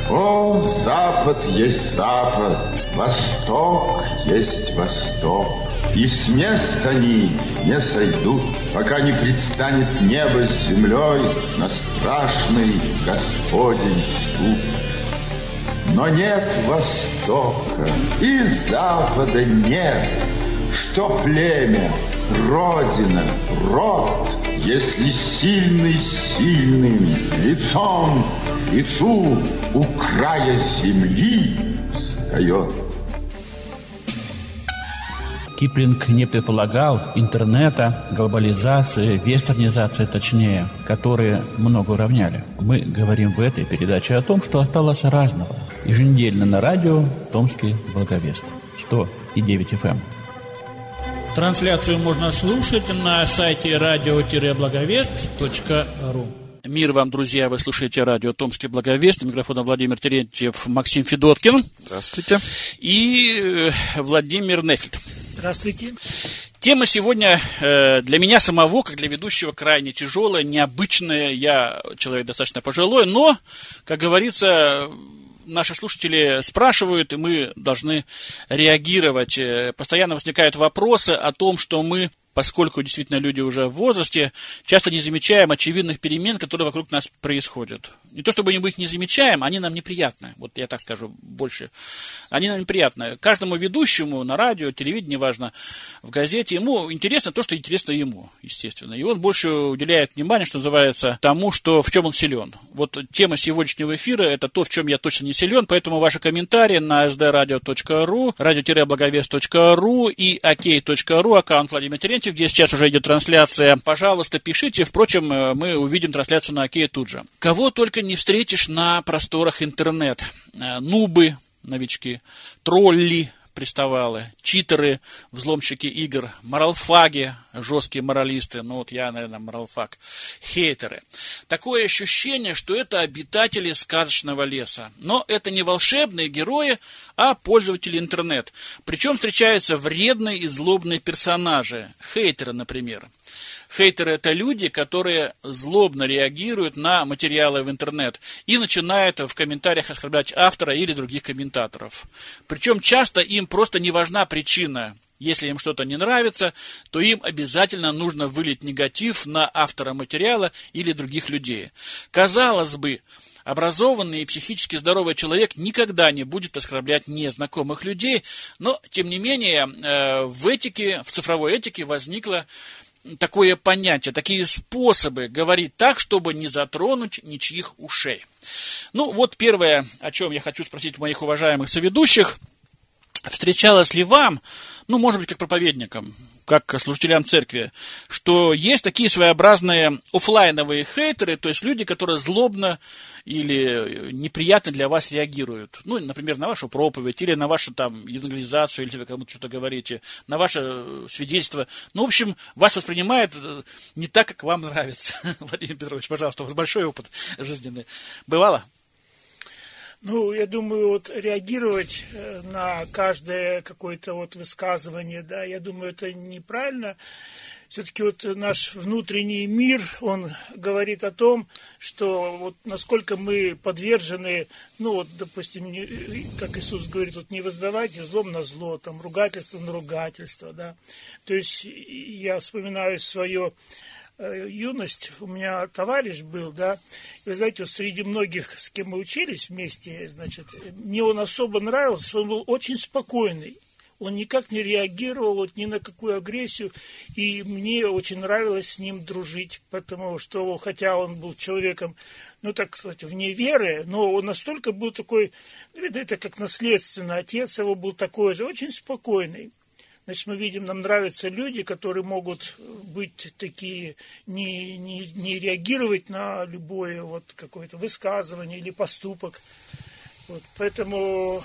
О, Запад есть Запад, Восток есть Восток. И с места они не сойдут, пока не предстанет небо с землей на страшный Господень суд. Но нет Востока и Запада нет, что племя, родина, род, если сильный сильным лицом к лицу у края земли встает. Киплинг не предполагал интернета, глобализации, вестернизации точнее, которые много уравняли. Мы говорим в этой передаче о том, что осталось разного. Еженедельно на радио «Томский Благовест» 100,9 FM. Трансляцию можно слушать на сайте radio-благовест.ру. Мир вам, друзья, вы слушаете радио «Томский Благовест». У микрофона Владимир Терентьев, Максим Федоткин. Здравствуйте. И Владимир Нефельд. Здравствуйте. Тема сегодня для меня самого, как для ведущего, крайне тяжелая, необычная. Я человек достаточно пожилой, но, как говорится, наши слушатели спрашивают, и мы должны реагировать. Постоянно возникают вопросы о том, что мы, поскольку действительно люди уже в возрасте, часто не замечаем очевидных перемен, которые вокруг нас происходят. Не то чтобы мы их не замечаем, они нам неприятны. Вот я так скажу больше. Они нам неприятны. Каждому ведущему на радио, телевидении, важно, в газете, ему интересно то, что интересно ему, естественно. И он больше уделяет внимание, что называется, тому, что, в чем он силен. Вот тема сегодняшнего эфира – это то, в чем я точно не силен, поэтому ваши комментарии на sdradio.ru, radio-благовест.ру и ok.ru, аккаунт Владимир Терентьев, где сейчас уже идет трансляция. Пожалуйста, пишите. Впрочем, мы увидим трансляцию на ОК тут же. Кого только не встретишь на просторах интернет. Нубы, новички, тролли, приставалы, читеры, взломщики игр, моралфаги, жесткие моралисты, ну вот я, наверное, моралфаг, хейтеры. Такое ощущение, что это обитатели сказочного леса. Но это не волшебные герои, а пользователи интернет. Причем встречаются вредные и злобные персонажи, хейтеры, например. Хейтеры – это люди, которые злобно реагируют на материалы в интернет и начинают в комментариях оскорблять автора или других комментаторов. Причем часто им просто не важна причина. Если им что-то не нравится, то им обязательно нужно вылить негатив на автора материала или других людей. Казалось бы, образованный и психически здоровый человек никогда не будет оскорблять незнакомых людей, но, тем не менее, в цифровой этике возникло такое понятие, такие способы говорить так, чтобы не затронуть ничьих ушей. Ну, вот первое, о чем я хочу спросить моих уважаемых соведущих. Встречалось ли вам, ну, может быть, как проповедникам, как служителям церкви, что есть такие своеобразные офлайновые хейтеры, то есть люди, которые злобно или неприятно для вас реагируют. Ну, например, на вашу проповедь, или на вашу там евангелизацию, или вы кому-то что-то говорите, на ваше свидетельство. Ну, в общем, вас воспринимают не так, как вам нравится. Владимир Петрович, пожалуйста, у вас большой опыт жизненный. Бывало? Ну, я думаю, вот реагировать на каждое какое-то вот высказывание, да, я думаю, это неправильно. Все-таки вот наш внутренний мир, он говорит о том, что вот насколько мы подвержены, ну вот, допустим, как Иисус говорит, вот не воздавайте злом на зло, там, ругательство на ругательство, да. То есть я вспоминаю свое юность, у меня товарищ был, да, и вы знаете, вот среди многих, с кем мы учились вместе, значит, мне он особо нравился, что он был очень спокойный, он никак не реагировал вот ни на какую агрессию, и мне очень нравилось с ним дружить, потому что, хотя он был человеком, ну, так сказать, вне веры, но он настолько был такой, ну, видно, это как наследственно, отец его был такой же, очень спокойный. Значит, мы видим, нам нравятся люди, которые могут быть такие, не реагировать на любое вот какое-то высказывание или поступок. Вот, поэтому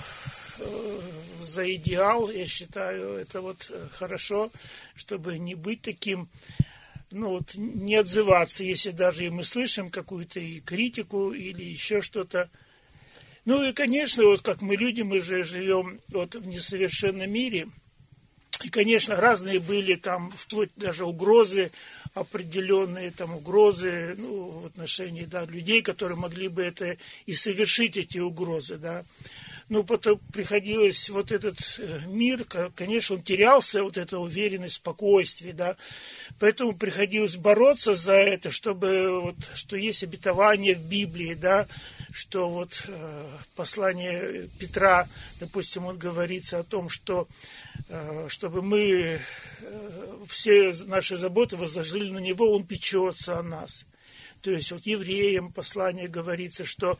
за идеал, я считаю, это вот хорошо, чтобы не быть таким, ну вот, не отзываться, если даже и мы слышим какую-то и критику или еще что-то. Ну и, конечно, вот как мы люди, мы же живем вот в несовершенном мире. И, конечно, разные были там, вплоть даже угрозы определенные там угрозы, ну, в отношении, да, людей, которые могли бы это и совершить, эти угрозы, да. Ну, потом приходилось вот этот мир, конечно, он терялся, вот эта уверенность, спокойствие, да, поэтому приходилось бороться за это, чтобы вот, что есть обетование в Библии, да, что вот послание Петра, допустим, он говорится о том, что чтобы мы все наши заботы возложили на него, он печется о нас. То есть вот евреям послание говорится, что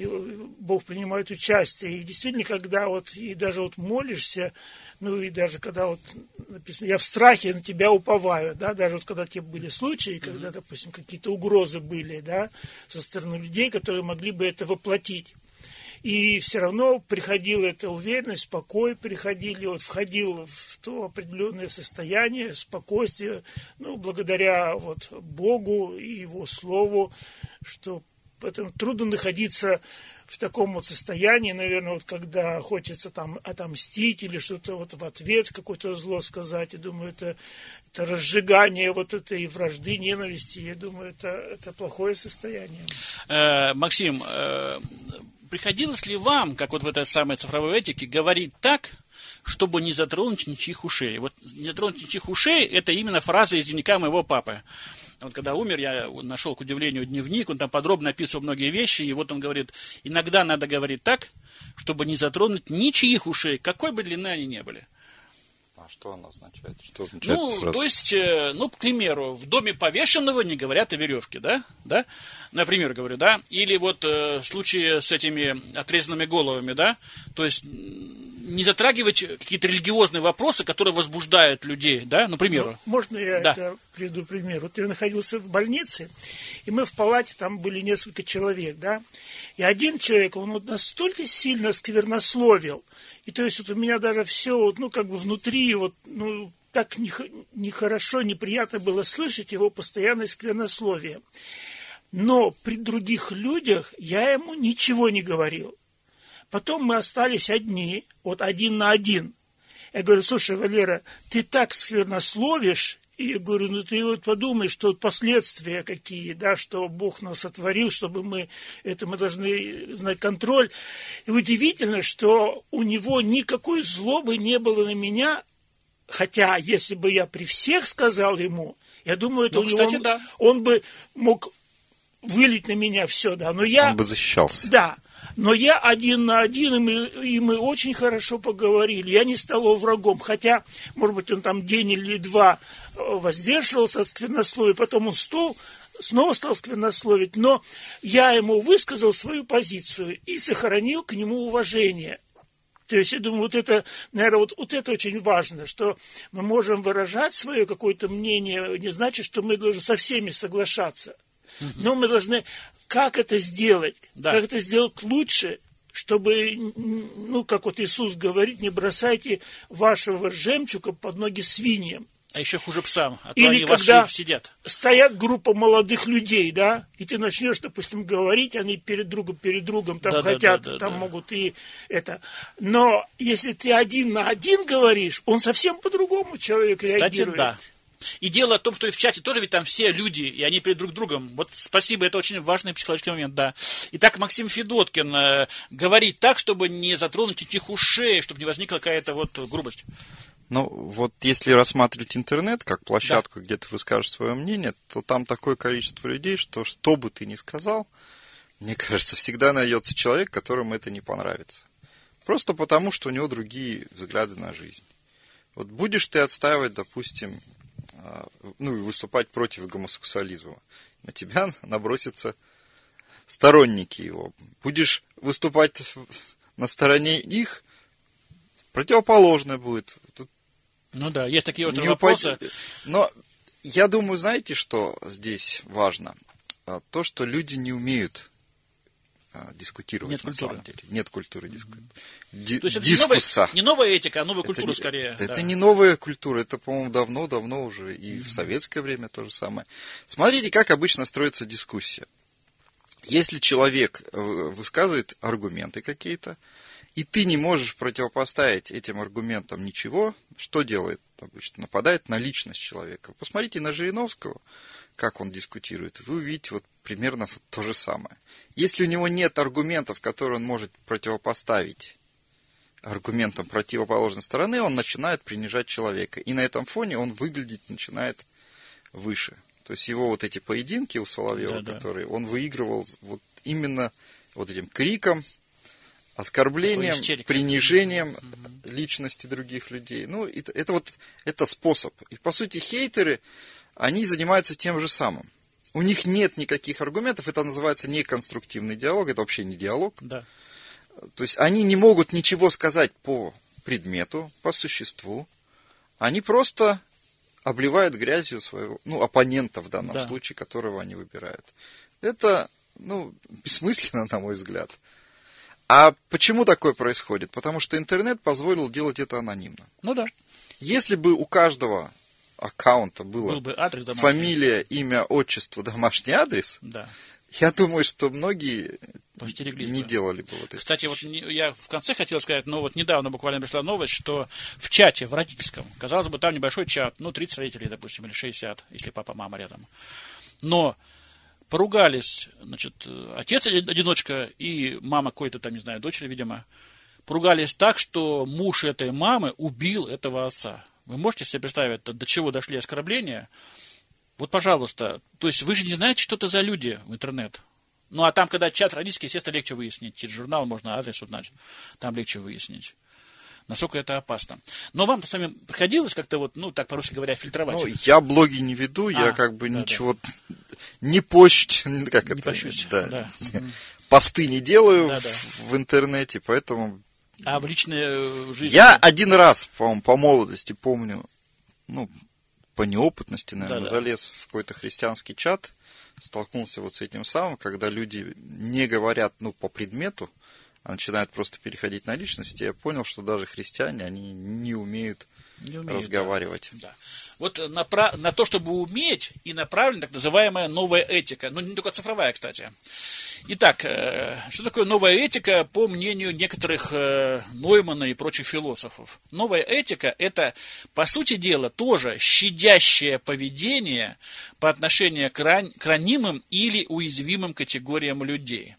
Бог принимает участие. И действительно, когда вот, и даже вот молишься, ну и даже когда вот написано, я в страхе на тебя уповаю, да, даже вот когда те были случаи, когда, допустим, какие-то угрозы были, да, со стороны людей, которые могли бы это воплотить. И все равно приходила эта уверенность, покой приходили, вот входил в то определенное состояние, спокойствие, ну, благодаря вот Богу и Его Слову, что поэтому трудно находиться в таком вот состоянии, наверное, вот когда хочется там отомстить или что-то вот в ответ какое-то зло сказать. Я думаю, это разжигание вот этой вражды, ненависти. Я думаю, это плохое состояние. Максим, приходилось ли вам, как вот в этой самой цифровой этике, говорить так, чтобы не затронуть ничьих ушей? Вот не затронуть ничьих ушей – это именно фраза из дневника моего папы. Вот когда умер, я нашел, к удивлению, дневник, он там подробно описывал многие вещи, и вот он говорит, иногда надо говорить так, чтобы не затронуть ничьих ушей, какой бы длины они ни были. А что оно означает? Что означает фраза? То есть, ну, к примеру, в доме повешенного не говорят о веревке, да? Например, говорю, да? Или вот случаи с этими отрезанными головами, да? То есть, не затрагивать какие-то религиозные вопросы, которые возбуждают людей, да? Ну, к примеру. Ну, можно я это приведу пример? Вот я находился в больнице, и мы в палате, там были несколько человек, да? И один человек, он вот настолько сильно сквернословил, и то есть вот у меня даже все, вот, ну, как бы внутри, вот, ну, так нехорошо, неприятно было слышать его постоянное сквернословие. Но при других людях я ему ничего не говорил. Потом мы остались одни, вот один на один. Я говорю, слушай, Валера, ты так сквернословишь, и я говорю, ну ты вот подумай, что последствия какие, да, что Бог нас сотворил, чтобы мы должны знать контроль. И удивительно, что у него никакой злобы не было на меня, хотя если бы я при всех сказал ему, я думаю, это кстати, да. Он бы мог вылить на меня все, да, но я... Он бы защищался. Да. Но я один на один, и мы очень хорошо поговорили. Я не стал его врагом. Хотя, может быть, он там день или два воздерживался от сквернословия, потом он снова стал сквернословить. Но я ему высказал свою позицию и сохранил к нему уважение. То есть, я думаю, вот это, наверное, вот это очень важно, что мы можем выражать свое какое-то мнение, не значит, что мы должны со всеми соглашаться. Но мы должны... Как это сделать? Да. Как это сделать лучше, чтобы, ну, как вот Иисус говорит, не бросайте вашего жемчуга под ноги свиньям. А еще хуже псам, а то или они когда вас сидят. Стоят группа молодых людей, да, и ты начнешь, допустим, говорить, они перед другом там хотят, могут и это. Но если ты один на один говоришь, он совсем по-другому человек реагирует. Кстати, да. И дело в том, что и в чате тоже ведь там все люди, и они перед друг другом. Вот спасибо, это очень важный психологический момент, да. Итак, Максим Федоткин говорит так, чтобы не затронуть этих ушей, чтобы не возникла какая-то вот грубость. Ну, вот если рассматривать интернет как площадку, где ты выскажешь свое мнение, то там такое количество людей, что бы ты ни сказал, мне кажется, всегда найдется человек, которому это не понравится. Просто потому, что у него другие взгляды на жизнь. Вот будешь ты отстаивать, допустим, ну, и выступать против гомосексуализма, на тебя набросятся сторонники его. Будешь выступать на стороне их, противоположное будет. Тут ну да, есть такие острые вопросы. Но я думаю, знаете, что здесь важно? То, что люди не умеют дискутировать. Нет культуры. Самом деле. Нет культуры дискуссии. То есть это не новая этика, а новая культура скорее. Это не новая культура, это, по-моему, давно уже, и в советское время то же самое. Смотрите, как обычно строится дискуссия. Если человек высказывает аргументы какие-то, и ты не можешь противопоставить этим аргументам ничего, что делает обычно? Нападает на личность человека. Посмотрите на Жириновского, как он дискутирует, вы увидите вот примерно то же самое. Если у него нет аргументов, которые он может противопоставить аргументам противоположной стороны, он начинает принижать человека. И на этом фоне он выглядеть начинает выше. То есть его вот эти поединки у Соловьева, которые он выигрывал вот именно вот этим криком, оскорблением, принижением личности других людей. Ну, это способ. И по сути хейтеры, они занимаются тем же самым. У них нет никаких аргументов, это называется неконструктивный диалог, это вообще не диалог. Да. То есть они не могут ничего сказать по предмету, по существу. Они просто обливают грязью своего, оппонента в данном случае, которого они выбирают. Это, бессмысленно, на мой взгляд. А почему такое происходит? Потому что интернет позволил делать это анонимно. Ну да. Если бы у каждого аккаунта был бы адрес домашний, фамилия, имя, отчество, домашний адрес, я думаю, что многие не делали бы вот это. Кстати, вот я в конце хотел сказать, недавно буквально пришла новость, что в чате, в родительском, казалось бы, там небольшой чат, 30 родителей, допустим, или 60, если папа, мама рядом. Но поругались, отец-одиночка и мама какой-то там, не знаю, дочери, видимо, поругались так, что муж этой мамы убил этого отца. Вы можете себе представить, до чего дошли оскорбления? Вот, пожалуйста, то есть вы же не знаете, что это за люди в интернет. А там, когда чат родительский, естественно, легче выяснить. Через журнал можно адрес узнать, там легче выяснить, насколько это опасно. Но вам-то с вами приходилось как-то так по-русски говоря, фильтровать? Я блоги не веду, я ничего не пощу, не пощусь. Посты не делаю в интернете, поэтому... А в личной жизни? Я один раз, по-моему, по молодости помню, по неопытности, наверное, залез в какой-то христианский чат, столкнулся вот с этим самым, когда люди не говорят, по предмету, а начинают просто переходить на личности. Я понял, что даже христиане, они не умеют разговаривать. Да. Вот на то, чтобы уметь, и направлена так называемая новая этика. Не только цифровая, кстати. Итак, что такое новая этика, по мнению некоторых Ноймана и прочих философов? Новая этика – это, по сути дела, тоже щадящее поведение по отношению к ранимым или уязвимым категориям людей.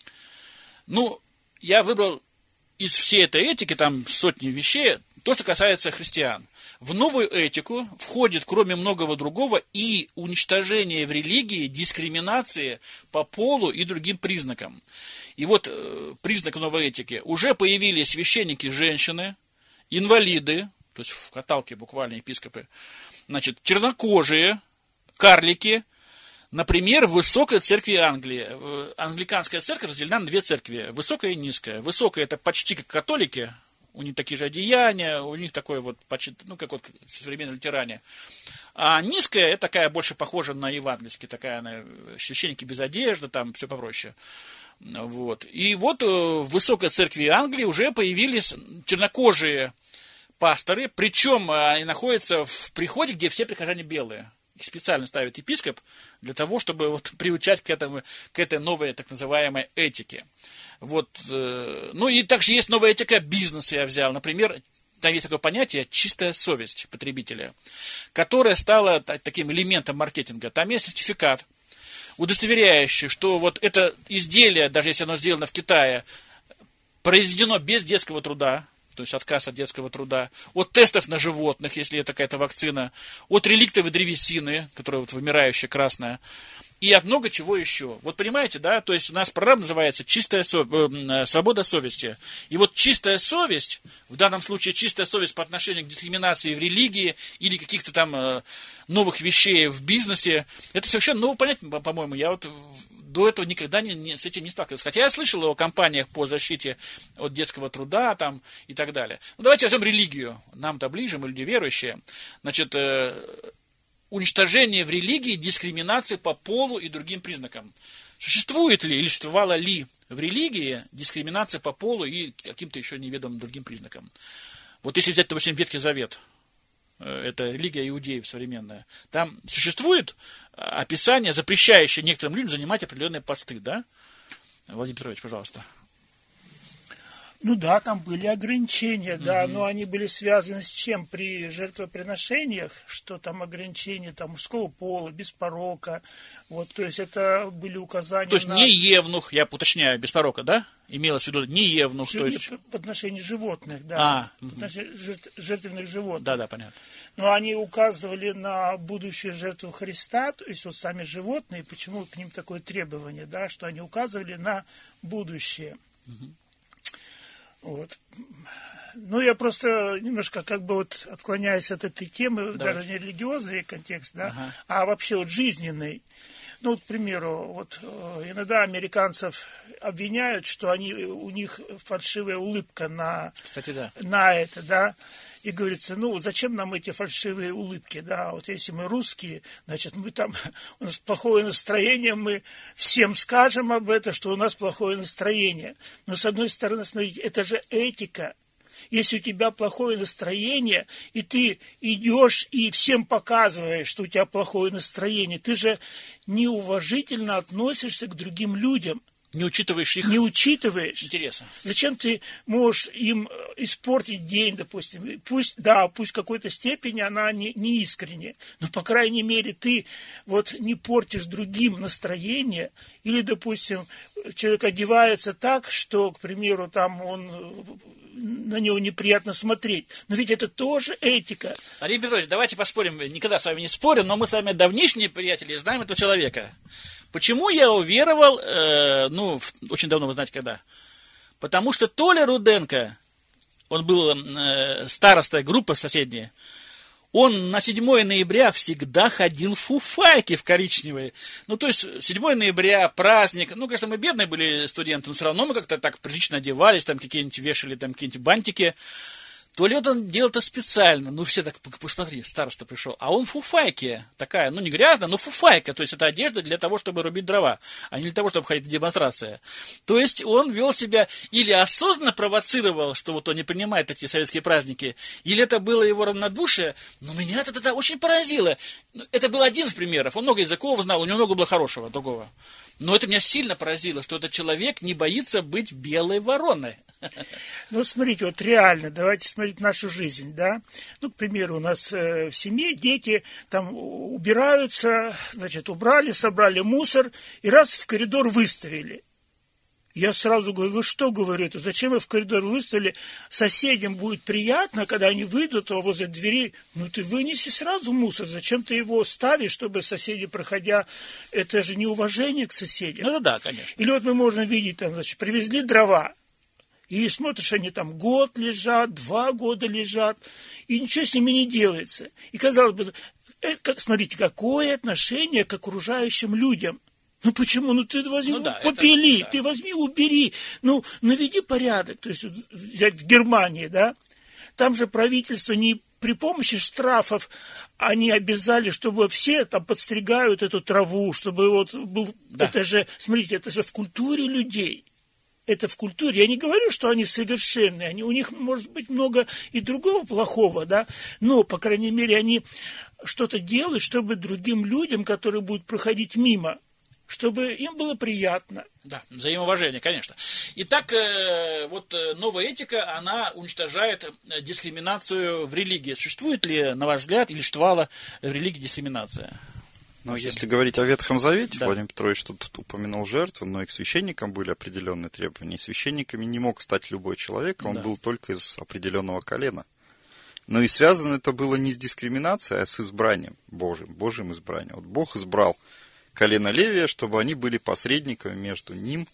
Я выбрал из всей этой этики, там сотни вещей, то, что касается христиан. В новую этику входит, кроме многого другого, и уничтожение в религии дискриминации по полу и другим признакам. И вот признак новой этики. Уже появились священники-женщины, инвалиды, то есть в каталке буквально епископы, чернокожие, карлики. Например, в Высокой церкви Англии. Англиканская церковь разделена на две церкви. Высокая и низкая. Высокая – это почти как католики. У них такие же одеяния, у них такое почти, как современные лютеране. А низкая – это такая больше похожа на евангельский, такая она, священники без одежды, там все попроще. И в Высокой церкви Англии уже появились чернокожие пасторы, причем они находятся в приходе, где все прихожане белые. Их специально ставит епископ для того, чтобы приучать к этой новой так называемой этике. И также есть новая этика бизнеса, я взял. Например, там есть такое понятие «чистая совесть потребителя», которая стала таким элементом маркетинга. Там есть сертификат, удостоверяющий, что это изделие, даже если оно сделано в Китае, произведено без детского труда, то есть отказ от детского труда, от тестов на животных, если это какая-то вакцина, от реликтовой древесины, которая вымирающая, красная, и от много чего еще. Понимаете, да? То есть у нас программа называется «Свобода совести». И чистая совесть, в данном случае чистая совесть по отношению к дискриминации в религии или каких-то там новых вещей в бизнесе, это совершенно новое понятие, по-моему. Я до этого никогда с этим не сталкивался. Хотя я слышал о компаниях по защите от детского труда там, и так далее. Давайте возьмем религию. Нам-то ближе, мы люди верующие. Уничтожение в религии дискриминации по полу и другим признакам. Существует ли или существовала ли в религии дискриминация по полу и каким-то еще неведомым другим признакам? Если взять, допустим, Ветхий Завет, это религия иудеев современная, там существует описание, запрещающее некоторым людям занимать определенные посты, да? Владимир Петрович, пожалуйста. Ну да, там были ограничения, да, но они были связаны с чем? При жертвоприношениях, что там ограничения там, мужского пола, без порока. Вот, то есть это были указания. То есть не евнух, я уточняю, без порока, да? Имелось в виду не евнух, то есть... По отношению животных, да. По отношению жертвенных животных. Да, понятно. Но они указывали на будущую жертву Христа, то есть вот сами животные, почему к ним такое требование, да, что они указывали на будущее. Вот. Ну, я просто немножко как бы вот отклоняюсь от этой темы, даже не религиозный контекст, да, а вообще вот жизненный. Ну, вот, к примеру, вот иногда американцев обвиняют, что у них фальшивая улыбка на это, да. И говорится, ну, зачем нам эти фальшивые улыбки, да, вот если мы русские, значит, мы там, у нас плохое настроение, мы всем скажем об этом, что у нас плохое настроение. Но, с одной стороны, смотрите, это же этика. Если у тебя плохое настроение, и ты идешь и всем показываешь, что у тебя плохое настроение, ты же неуважительно относишься к другим людям. Не учитываешь их интересы. Зачем ты можешь им испортить день, допустим? Пусть в какой-то степени она не искренняя, но, по крайней мере, ты вот не портишь другим настроение. Или, допустим, человек одевается так, что, к примеру, там на него неприятно смотреть. Но ведь это тоже этика. Арий Петрович, давайте поспорим. Никогда с вами не спорим, но мы с вами давнишние приятели, знаем этого человека. Почему я уверовал, очень давно, вы знаете, когда? Потому что Толя Руденко, он был старостой группы соседней, он на 7 ноября всегда ходил в фуфайке в коричневые. Ну, то есть, 7 ноября, праздник. Ну, конечно, мы бедные были студенты, но все равно мы как-то так прилично одевались, там какие-нибудь вешали, там какие-нибудь бантики. То ли он делал это специально, ну все так, посмотри, староста пришел, а он в фуфайке, такая, ну не грязная, но фуфайка, то есть это одежда для того, чтобы рубить дрова, а не для того, чтобы ходить в демонстрации. То есть он вел себя или осознанно провоцировал, что вот он не принимает эти советские праздники, или это было его равнодушие, но меня это очень поразило. Это был один из примеров, он много языков знал, у него много было хорошего, другого. Но это меня сильно поразило, что этот человек не боится быть белой вороной. Ну, смотрите, вот реально, давайте смотреть нашу жизнь, да. Ну, к примеру, у нас в семье дети там убираются, значит, убрали, собрали мусор и раз в коридор выставили. Я сразу говорю, вы что, говорю, это зачем вы в коридор выставили? Соседям будет приятно, когда они выйдут возле двери. Ну, ты вынеси сразу мусор. Зачем ты его ставишь, чтобы соседи, проходя... Это же неуважение к соседям. Ну, да, конечно. Или вот мы можем видеть, там, значит, привезли дрова. И смотришь, они там год лежат, 2 года лежат. И ничего с ними не делается. И, казалось бы, смотрите, какое отношение к окружающим людям. Ну почему? Ну ты возьми, попили, ты возьми, убери, наведи порядок. То есть взять в Германии, да, там же правительство не при помощи штрафов они обязали, чтобы все там подстригают эту траву, чтобы вот был, это же, смотрите, это же в культуре людей. Это в культуре. Я не говорю, что они совершенные. У них может быть много и другого плохого, да, но, по крайней мере, они что-то делают, чтобы другим людям, которые будут проходить мимо, чтобы им было приятно. Да, взаимоуважение, конечно. Итак, вот новая этика, она уничтожает дискриминацию в религии. Существует ли, на ваш взгляд, или существовала в религии дискриминация? Ну, если говорить о Ветхом Завете, да. Владимир Петрович тут упомянул жертвы, но и к священникам были определенные требования. И священниками не мог стать любой человек, он был только из определенного колена. Но и связано это было не с дискриминацией, а с избранием Божьим избранием. Вот Бог избрал колено Левия, чтобы они были посредниками между ним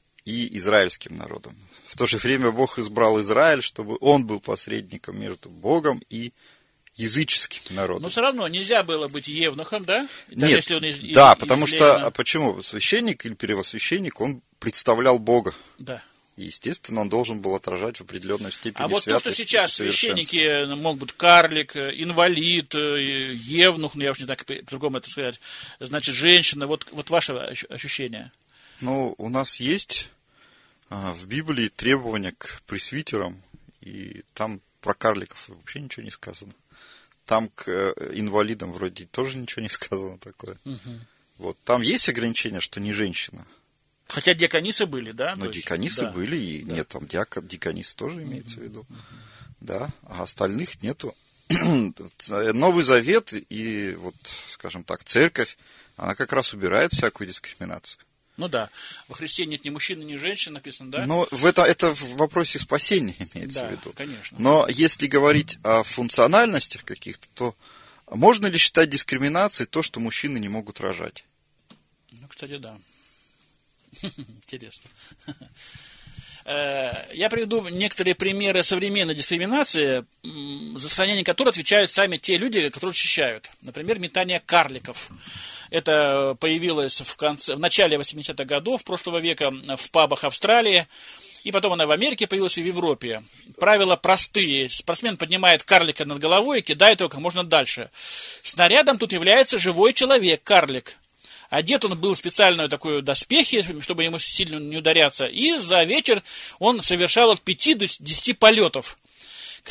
и израильским народом. В то же время Бог избрал Израиль, чтобы он был посредником между Богом и языческим народом. Но все равно нельзя было быть евнухом, да? Нет, если он потому что, почему? Священник или первосвященник, он представлял Бога. Да. И, естественно, он должен был отражать в определенной степени святость. А вот то, что сейчас священники могут быть карлик, инвалид, евнух, я уж не знаю, как по-другому это сказать, значит, женщина, вот ваше ощущение. Ну, у нас есть в Библии требования к пресвитерам, и там про карликов вообще ничего не сказано. Там к инвалидам вроде тоже ничего не сказано такое. Угу. Вот, там есть ограничение, что не женщина. Хотя диаконисы были, да? Ну, диаконисы были, и нет, там диаконисы тоже имеется в виду. Да, а остальных нету. Новый Завет и, вот, скажем так, церковь, она как раз убирает всякую дискриминацию. Ну да, во Христе нет ни мужчины, ни женщины, написано, да? Но это в вопросе спасения имеется в виду. Конечно. Но если говорить о функциональностях каких-то, то можно ли считать дискриминацией то, что мужчины не могут рожать? Ну, кстати, да. Интересно. Я приведу некоторые примеры современной дискриминации, за сохранение которой отвечают сами те люди, которые защищают. Например, метание карликов. Это появилось в начале 80-х годов прошлого века в пабах Австралии, и потом она в Америке появилась и в Европе. Правила простые. Спортсмен поднимает карлика над головой и кидает его как можно дальше. Снарядом тут является живой человек, карлик. Одет он был в специальную такую доспехи, чтобы ему сильно не ударяться, и за вечер он совершал от 5 до 10 полетов. К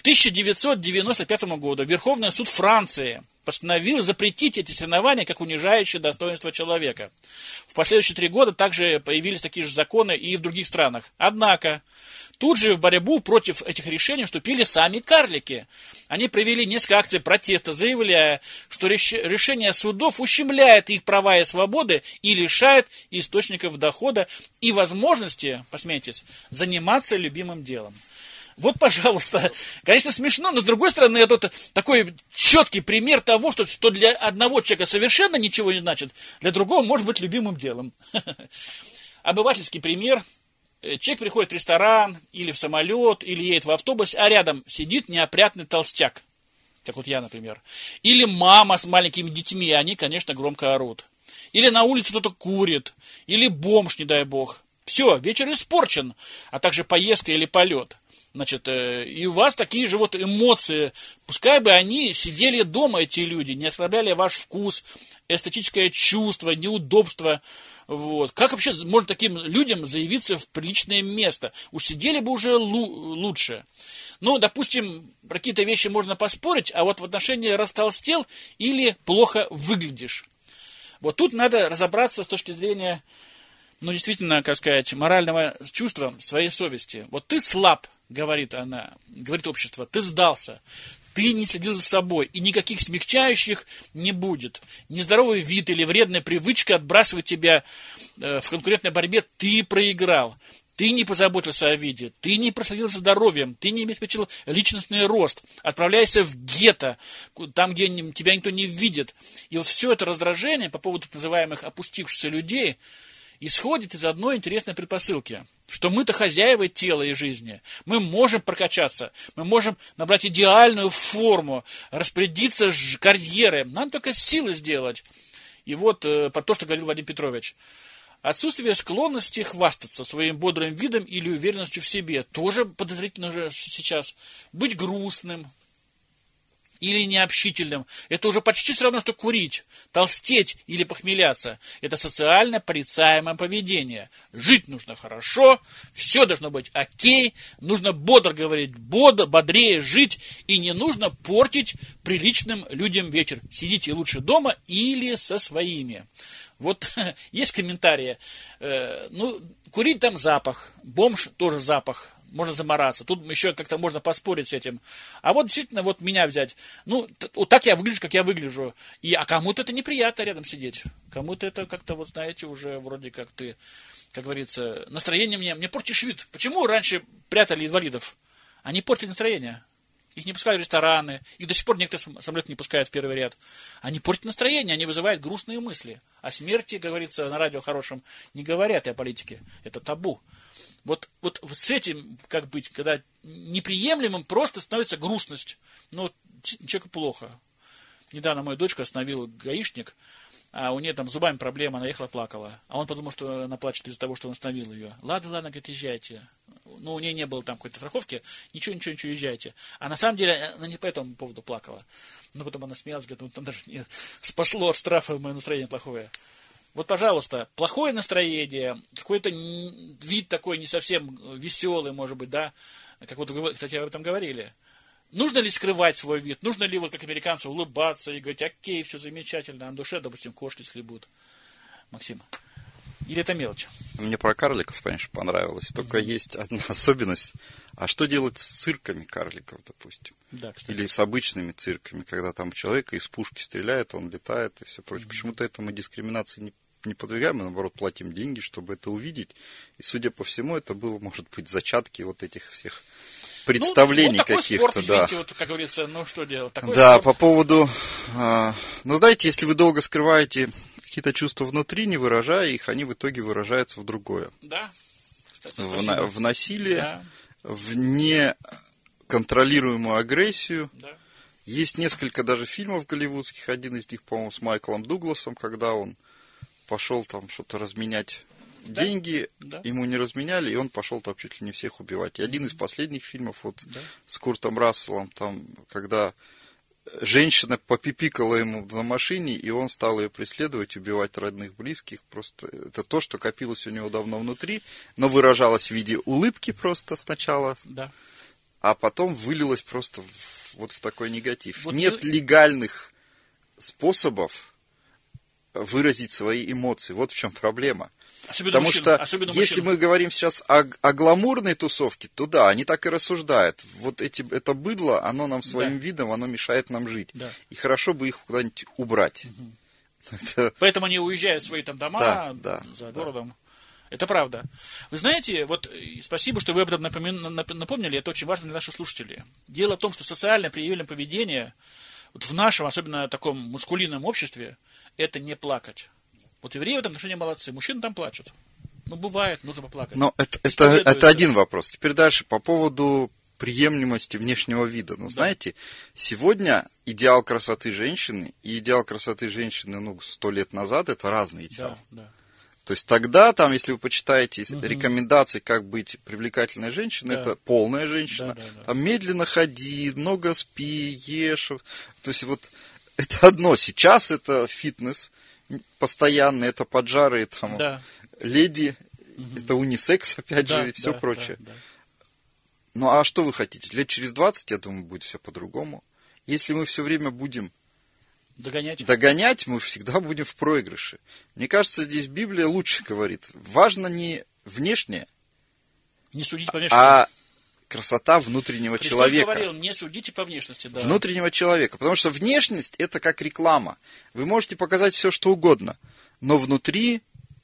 1995 году Верховный суд Франции постановил запретить эти соревнования как унижающие достоинство человека. В последующие 3 года также появились такие же законы и в других странах. Однако, тут же в борьбу против этих решений вступили сами карлики. Они провели несколько акций протеста, заявляя, что решение судов ущемляет их права и свободы и лишает источников дохода и возможности, посмейтесь, заниматься любимым делом. Вот, пожалуйста, конечно, смешно, но с другой стороны, это такой четкий пример того, что для одного человека совершенно ничего не значит, для другого может быть любимым делом. Обывательский пример. Человек приходит в ресторан, или в самолет, или едет в автобус, а рядом сидит неопрятный толстяк, как вот я, например. Или мама с маленькими детьми, они, конечно, громко орут. Или на улице кто-то курит, или бомж, не дай бог. Все, вечер испорчен, а также поездка или полет. Значит, и у вас такие же вот эмоции. Пускай бы они сидели дома, эти люди, не оскорбляли ваш вкус, эстетическое чувство, неудобство. Вот. Как вообще можно таким людям заявиться в приличное место? Уж сидели бы уже лучше. Ну, допустим, про какие-то вещи можно поспорить, а вот в отношении растолстел или плохо выглядишь. Вот тут надо разобраться с точки зрения, ну, действительно, как сказать, морального чувства своей совести. Вот ты слаб, говорит она, говорит общество, ты сдался, ты не следил за собой, и никаких смягчающих не будет. Нездоровый вид или вредная привычка отбрасывает тебя в конкурентной борьбе, ты проиграл. Ты не позаботился о виде, ты не проследил за здоровьем, ты не обеспечил личностный рост. Отправляйся в гетто, там, где тебя никто не видит. И вот все это раздражение по поводу так называемых опустившихся людей исходит из одной интересной предпосылки, что мы-то хозяева тела и жизни, мы можем прокачаться, мы можем набрать идеальную форму, распорядиться карьерой, нам только силы сделать. И вот про то, что говорил Владимир Петрович. Отсутствие склонности хвастаться своим бодрым видом или уверенностью в себе тоже подозрительно уже сейчас. Быть грустным или необщительным, это уже почти все равно, что курить, толстеть или похмеляться. Это социально порицаемое поведение. Жить нужно хорошо, все должно быть окей, нужно бодро говорить, бодрее жить, и не нужно портить приличным людям вечер. Сидите лучше дома или со своими. Вот есть комментарии, курить там запах, бомж тоже запах. Можно замораться. Тут еще как-то можно поспорить с этим. А вот действительно, вот меня взять. Вот так я выгляжу, как я выгляжу. А кому-то это неприятно рядом сидеть. Кому-то это как-то, вот знаете, уже вроде как ты, как говорится, настроение мне портишь вид. Почему раньше прятали инвалидов? Они портили настроение. Их не пускают в рестораны. Их до сих пор некоторые самолеты не пускают в первый ряд. Они портят настроение, они вызывают грустные мысли. О смерти, говорится, на радио хорошем не говорят и о политике. Это табу. Вот с этим, как быть, когда неприемлемым просто становится грустность. Человеку плохо. Недавно мою дочку остановил гаишник, а у нее там с зубами проблема, она ехала, плакала. А он подумал, что она плачет из-за того, что он остановил ее. Ладно, говорит, езжайте. У нее не было там какой-то страховки, ничего, езжайте. А на самом деле она не по этому поводу плакала. Потом она смеялась, говорит, там даже не спасло от штрафа мое настроение плохое. Вот, пожалуйста, плохое настроение, какой-то вид такой не совсем веселый, может быть, да, как вот вы, кстати, об этом говорили. Нужно ли скрывать свой вид? Нужно ли, вот как американцы, улыбаться и говорить, окей, все замечательно, а на душе, допустим, кошки скребут? Максим. Или это мелочь? Мне про карликов, конечно, понравилось. Только есть одна особенность. А что делать с цирками карликов, допустим? Да, кстати. Или с обычными цирками, когда там человека из пушки стреляет, он летает и все прочее. Почему-то это мы дискриминации не подвергаем, мы, наоборот, платим деньги, чтобы это увидеть. И, судя по всему, это было, может быть, зачатки вот этих всех представлений вот такой каких-то. Спорт, да. Извините, вот, как говорится, ну что делать? Такой да, спорт. по поводу... Ну, знаете, если вы долго скрываете какие-то чувства внутри, не выражая их, они в итоге выражаются в другое. Да. Кстати, В насилие, да. в неконтролируемую агрессию. Да. Есть несколько даже фильмов голливудских, один из них, по-моему, с Майклом Дугласом, когда он пошел там что-то разменять деньги, Да. ему не разменяли, и он пошел там чуть ли не всех убивать. И один из последних фильмов вот с Куртом Расселом, там, когда женщина попипикала ему на машине, и он стал ее преследовать, убивать родных, близких. Просто это то, что копилось у него давно внутри, но выражалось в виде улыбки просто сначала, Да. а потом вылилось просто вот в такой негатив. Вот Нет легальных способов выразить свои эмоции. Вот в чем проблема. Особенно Потому мужчин, что особенно если мужчин. мы говорим сейчас о гламурной тусовке, то да, они так и рассуждают. Вот это быдло, оно нам своим видом, оно мешает нам жить. Да. И хорошо бы их куда-нибудь убрать. Это... Поэтому они уезжают в свои там дома за городом. Это правда. Вы знаете, вот спасибо, что вы об этом напомнили, это очень важно для наших слушателей. Дело в том, что социальное проявление поведения вот в нашем, особенно таком мускулинном обществе, это не плакать. Вот евреи в этом отношении молодцы. Мужчины там плачут. Ну, бывает, нужно поплакать. Но это один вопрос. Теперь дальше, по поводу приемлемости внешнего вида. Ну, знаете, сегодня идеал красоты женщины и идеал красоты женщины, 100 лет назад, это разные идеалы. Да. То есть тогда, там, если вы почитаете рекомендации, как быть привлекательной женщиной, это полная женщина. Там медленно ходи, много спи, ешь. То есть вот это одно. Сейчас это фитнес постоянный, это поджарые там леди, это унисекс, опять же, и все прочее. Да. Ну а что вы хотите? Лет через 20, я думаю, будет все по-другому. Если мы все время будем догонять, мы всегда будем в проигрыше. Мне кажется, здесь Библия лучше говорит. Важно не внешнее, не судить по внешности, а красота внутреннего Христос человека. говорил, не судите по внешности. Да. Внутреннего человека. Потому что внешность это как реклама. Вы можете показать все, что угодно, но внутри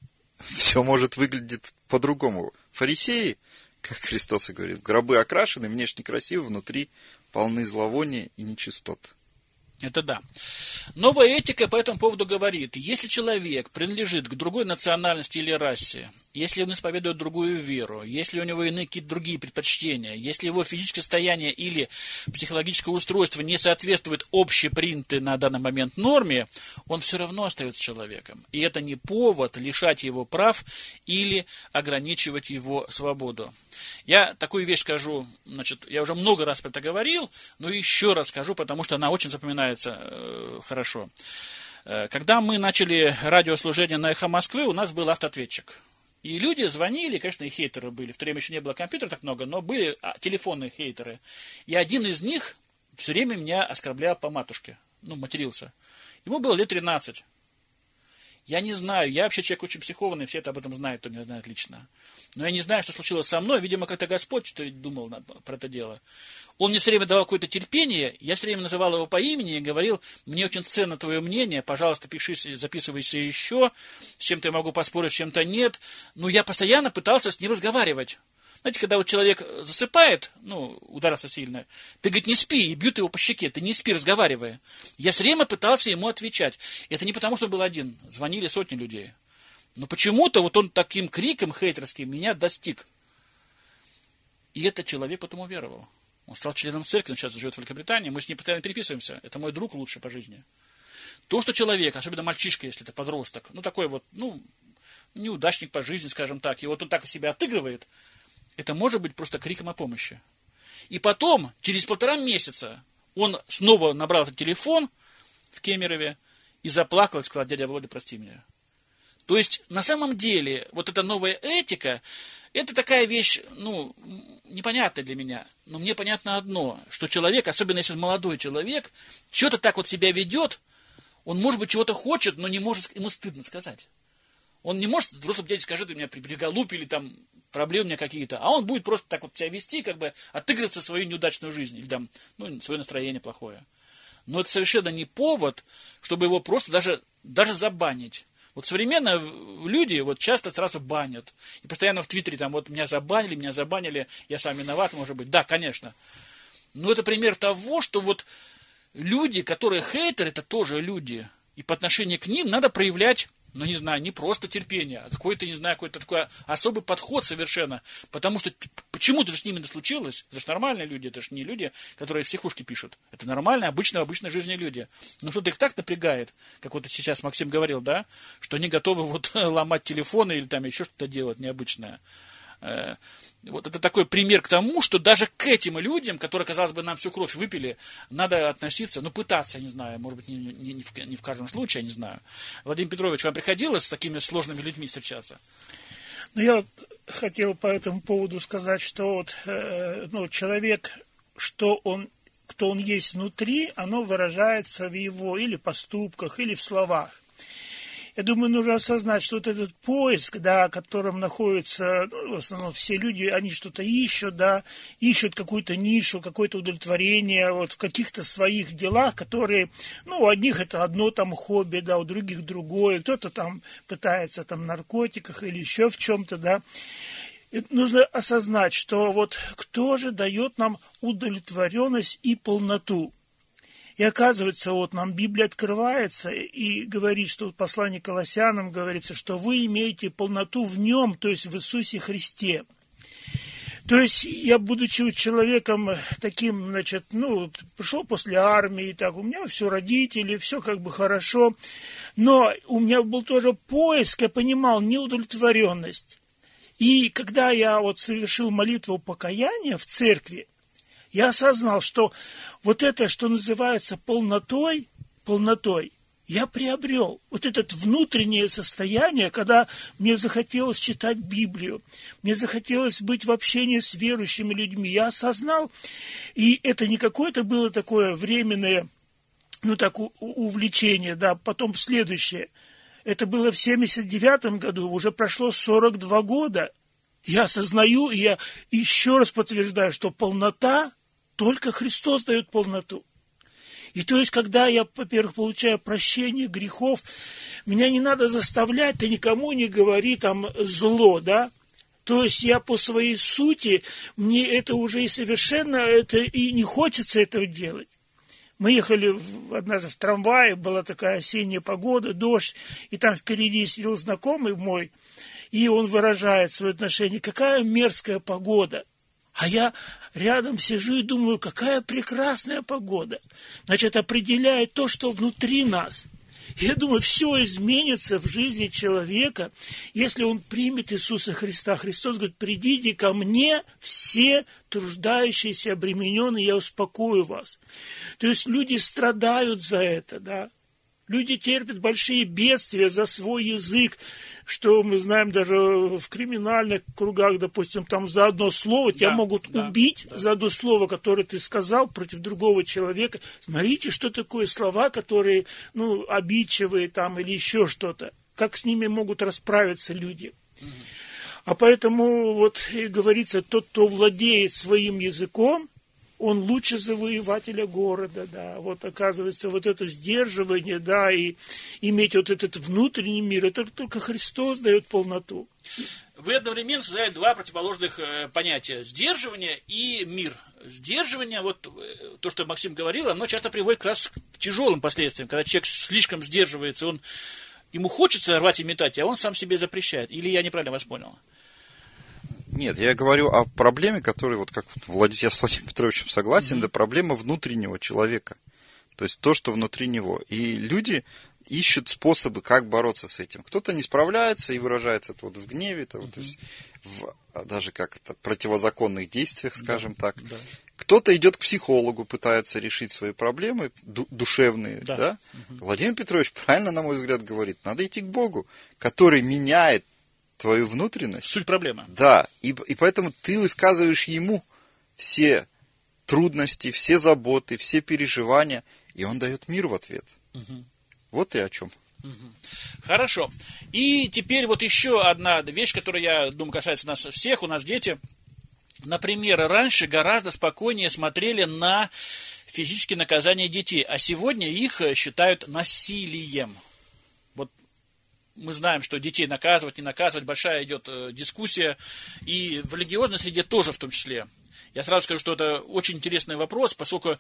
все может выглядеть по-другому. Фарисеи, как Христос и говорит, гробы окрашены, внешне красивы, внутри полны зловония и нечистот. Это да. Новая этика по этому поводу говорит, если человек принадлежит к другой национальности или расе, если он исповедует другую веру, если у него иные какие-то другие предпочтения, если его физическое состояние или психологическое устройство не соответствует общепринятой на данный момент норме, он все равно остается человеком. И это не повод лишать его прав или ограничивать его свободу. Я такую вещь скажу, я уже много раз про это говорил, но еще раз скажу, потому что она очень запоминается хорошо. Когда мы начали радиослужение на «Эхо Москвы», у нас был автоответчик. И люди звонили, конечно, и хейтеры были. В то время еще не было компьютера так много, но были телефонные хейтеры. И один из них все время меня оскорблял по матушке. Матерился. Ему было лет 13. Я не знаю, я вообще человек очень психованный, все это об этом знают, кто меня знает лично. Но я не знаю, что случилось со мной. Видимо, как-то Господь что думал про это дело. Он мне все время давал какое-то терпение, я все время называл его по имени и говорил, мне очень ценно твое мнение, пожалуйста, пиши, записывайся еще, с чем-то я могу поспорить, с чем-то нет. Но я постоянно пытался с ним разговаривать. Знаете, когда вот человек засыпает, ударился сильно, ты, говорит, не спи, и бьют его по щеке, ты не спи, разговаривая. Я все время пытался ему отвечать. Это не потому, что был один, звонили сотни людей. Но почему-то вот он таким криком хейтерским меня достиг. И этот человек потом уверовал. Он стал членом церкви, он сейчас живет в Великобритании, мы с ним постоянно переписываемся. Это мой друг лучший по жизни. То, что человек, особенно мальчишка, если это подросток, такой вот, неудачник по жизни, скажем так, и вот он так себя отыгрывает, это может быть просто криком о помощи. И потом, через 1,5 месяца, он снова набрал этот телефон в Кемерове и заплакал и сказал, дядя Володя, прости меня. То есть, на самом деле, вот эта новая этика, это такая вещь, непонятная для меня. Но мне понятно одно, что человек, особенно если он молодой человек, что-то так вот себя ведет, он, может быть, чего-то хочет, но не может, ему стыдно сказать. Он не может взрослому дяде сказать, ты меня приголубь или там проблемы у меня какие-то, а он будет просто так вот себя вести, как бы отыгрываться свою неудачную жизнь, или там, свое настроение плохое. Но это совершенно не повод, чтобы его просто даже забанить. Вот современные люди вот часто сразу банят. И постоянно в Твиттере там вот меня забанили, я сам виноват, может быть. Да, конечно. Но это пример того, что вот люди, которые хейтеры, это тоже люди. И по отношению к ним надо проявлять, не просто терпение, а какой-то такой особый подход совершенно. Потому что почему-то же с ними это случилось. Это же нормальные люди, это же не люди, которые психушки пишут. Это нормальные, обычной жизни люди. Но что-то их так напрягает, как вот сейчас Максим говорил, да, что они готовы вот ломать телефоны или там еще что-то делать необычное. Вот это такой пример к тому, что даже к этим людям, которые, казалось бы, нам всю кровь выпили, надо относиться, пытаться, я не знаю, может быть, не в каждом случае, я не знаю. Владимир Петрович, вам приходилось с такими сложными людьми встречаться? Я вот хотел по этому поводу сказать, что человек, кто он есть внутри, оно выражается в его или поступках, или в словах. Я думаю, нужно осознать, что вот этот поиск, да, в котором находятся, в основном все люди, они что-то ищут, да, ищут какую-то нишу, какое-то удовлетворение вот в каких-то своих делах, которые, у одних это одно там хобби, да, у других другое, кто-то там пытается там в наркотиках или еще в чем-то, да. И нужно осознать, что вот кто же дает нам удовлетворенность и полноту. И оказывается, вот нам Библия открывается и говорит, что в послании к Колоссянам говорится, что вы имеете полноту в нем, то есть в Иисусе Христе. То есть я, будучи человеком таким, пришел после армии, так, у меня все родители, все как бы хорошо, но у меня был тоже поиск, я понимал, неудовлетворенность. И когда я вот совершил молитву покаяния в церкви, я осознал, что вот это, что называется полнотой, я приобрел. Вот это внутреннее состояние, когда мне захотелось читать Библию, мне захотелось быть в общении с верующими людьми. Я осознал, и это не какое-то было такое временное, увлечение, да, потом следующее. Это было в 1979 году, уже прошло 42 года. Я осознаю, и я еще раз подтверждаю, что полнота, только Христос дает полноту. И то есть, когда я, во-первых, получаю прощение грехов, меня не надо заставлять, ты никому не говори там зло, да? То есть я по своей сути, мне это уже и совершенно, это и не хочется этого делать. Мы ехали однажды в трамвае, была такая осенняя погода, дождь, и там впереди сидел знакомый мой, и он выражает свое отношение, какая мерзкая погода. А я рядом сижу и думаю, какая прекрасная погода. Значит, определяет то, что внутри нас. Я думаю, все изменится в жизни человека, если он примет Иисуса Христа. Христос говорит, придите ко мне все труждающиеся, обремененные, я успокою вас. То есть люди страдают за это, да. Люди терпят большие бедствия за свой язык, что мы знаем даже в криминальных кругах, допустим, там за одно слово тебя могут убить, за одно слово, которое ты сказал против другого человека. Смотрите, что такое слова, которые, обидчивые там или еще что-то. Как с ними могут расправиться люди. А поэтому вот и говорится, тот, кто владеет своим языком, он лучше завоевателя города, да. Вот оказывается, вот это сдерживание, да, и иметь вот этот внутренний мир, это только Христос дает полноту. Вы одновременно создаете два противоположных понятия: сдерживание и мир. Сдерживание, вот то, что Максим говорил, оно часто приводит как раз к тяжелым последствиям, когда человек слишком сдерживается, ему хочется рвать и метать, а он сам себе запрещает. Или я неправильно вас понял? Нет, я говорю о проблеме, которая, вот как я с Владимиром Петровичем согласен, это проблема внутреннего человека. То есть то, что внутри него. И люди ищут способы, как бороться с этим. Кто-то не справляется и выражается это вот в гневе, это вот, то есть в даже как-то противозаконных действиях, скажем так. Да. Кто-то идет к психологу, пытается решить свои проблемы душевные. Да. Владимир Петрович правильно, на мой взгляд, говорит, надо идти к Богу, который меняет твою внутренность. Суть проблемы. Да, и поэтому ты высказываешь ему все трудности, все заботы, все переживания, и он дает мир в ответ. Вот и о чем. Хорошо. И теперь вот еще одна вещь, которая, я думаю, касается нас всех, у нас дети. Например, раньше гораздо спокойнее смотрели на физические наказания детей, а сегодня их считают насилием. Вот мы знаем, что детей наказывать, не наказывать, большая идет дискуссия, и в религиозной среде тоже в том числе. Я сразу скажу, что это очень интересный вопрос, поскольку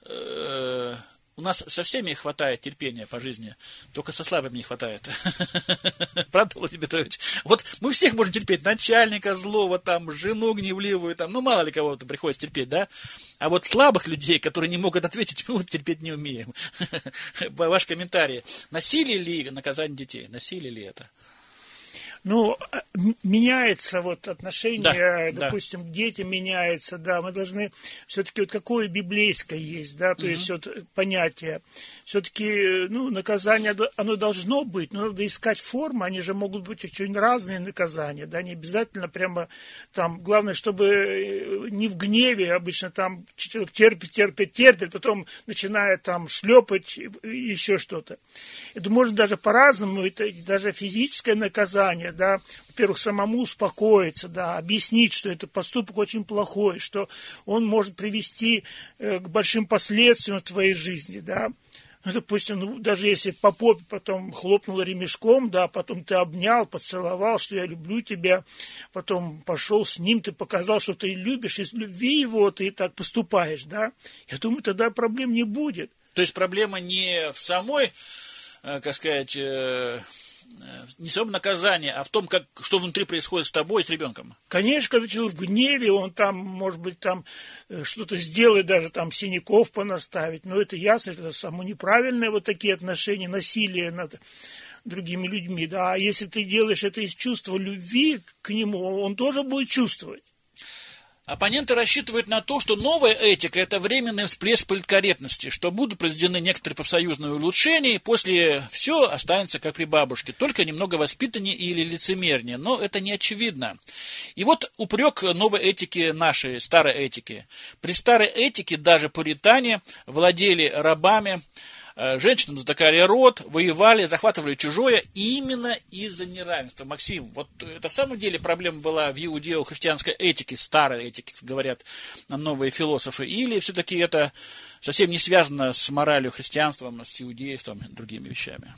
у нас со всеми хватает терпения по жизни, только со слабыми не хватает. Правда, Владимир Петрович? Вот мы всех можем терпеть, начальника злого, там, жену гневливую, там, ну, мало ли кого-то приходится терпеть, да? А вот слабых людей, которые не могут ответить, мы вот терпеть не умеем. Ваш комментарий. Насилие ли наказание детей? Насилие ли это? Ну, меняется вот отношение, да, допустим, к детям меняется, да, мы должны все-таки вот какое библейское есть, да, то есть вот понятие, все-таки, ну, наказание, оно должно быть, но надо искать формы, они же могут быть очень разные наказания, да, не обязательно прямо там, главное, чтобы не в гневе, обычно там человек терпит, потом начинает там шлепать, еще что-то. Это можно даже по-разному, это даже физическое наказание, да, во-первых, самому успокоиться, да, объяснить, что это поступок очень плохой, что он может привести к большим последствиям в твоей жизни, да. Ну, допустим, ну, даже если по попе потом хлопнул ремешком, да, потом ты обнял, поцеловал, что я люблю тебя, потом пошел с ним, ты показал, что ты любишь, из любви его ты так поступаешь, да, я думаю, тогда проблем не будет. То есть проблема не в самой, как сказать, не в самом наказании, а в том, что внутри происходит с тобой и с ребенком. Конечно, когда человек в гневе, он там, может быть, там что-то сделает, даже там синяков понаставить, но это ясно, это само неправильное вот такие отношения, насилие над другими людьми, да, а если ты делаешь это из чувства любви к нему, он тоже будет чувствовать. Оппоненты рассчитывают на то, что новая этика – это временный всплеск политкорректности, что будут произведены некоторые профсоюзные улучшения, и после все останется как при бабушке, только немного воспитаннее или лицемернее, но это не очевидно. И вот упрек новой этики нашей, старой этики. При старой этике даже пуритане владели рабами, женщинам затыкали рот, воевали, захватывали чужое именно из-за неравенства. Максим, вот это в самом деле проблема была в иудео-христианской этике, старой этике, говорят новые философы, или все-таки это совсем не связано с моралью христианством, с иудейством и другими вещами?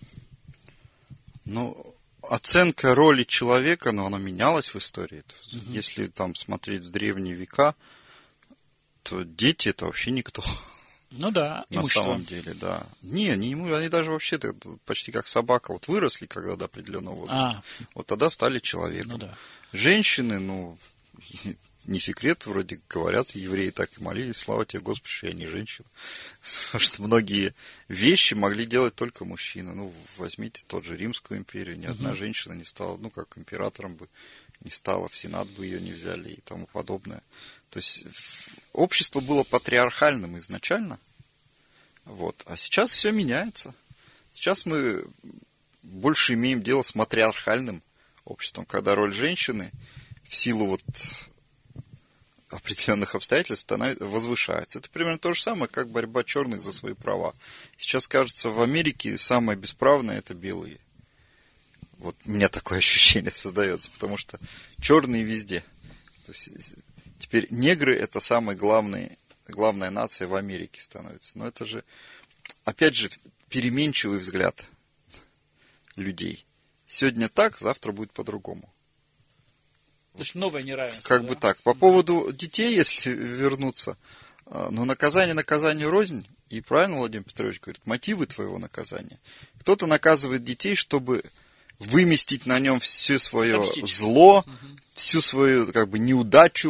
Ну, оценка роли человека, ну, она менялась в истории. Если там смотреть в древние века, то дети это вообще никто. Ну да, на самом деле, да. Не ему, они даже вообще почти как собака. Вот выросли, когда до определенного возраста. Вот тогда стали человеком. Ну, да. Женщины, ну, не секрет, вроде говорят, евреи так и молились, слава тебе, Господи, что я не женщина. Потому что многие вещи могли делать только мужчины. Ну, возьмите тот же Римскую империю, ни одна женщина не стала, ну, как императором бы не стала, в Сенат бы ее не взяли и тому подобное. То есть общество было патриархальным изначально, вот, а сейчас все меняется. Сейчас мы больше имеем дело с матриархальным обществом, когда роль женщины в силу вот определенных обстоятельств возвышается. Это примерно то же самое, как борьба черных за свои права. Сейчас, кажется, в Америке самое бесправное – это белые. Вот у меня такое ощущение создается, потому что черные везде. То есть теперь негры – это самая главная нация в Америке становится. Но это же, опять же, переменчивый взгляд людей. Сегодня так, завтра будет по-другому. То есть новое неравенство. Как бы так. По поводу детей, если вернуться, ну, наказание рознь. И правильно Владимир Петрович говорит, мотивы твоего наказания. Кто-то наказывает детей, чтобы выместить на нем все свое зло, всю свою как бы неудачу.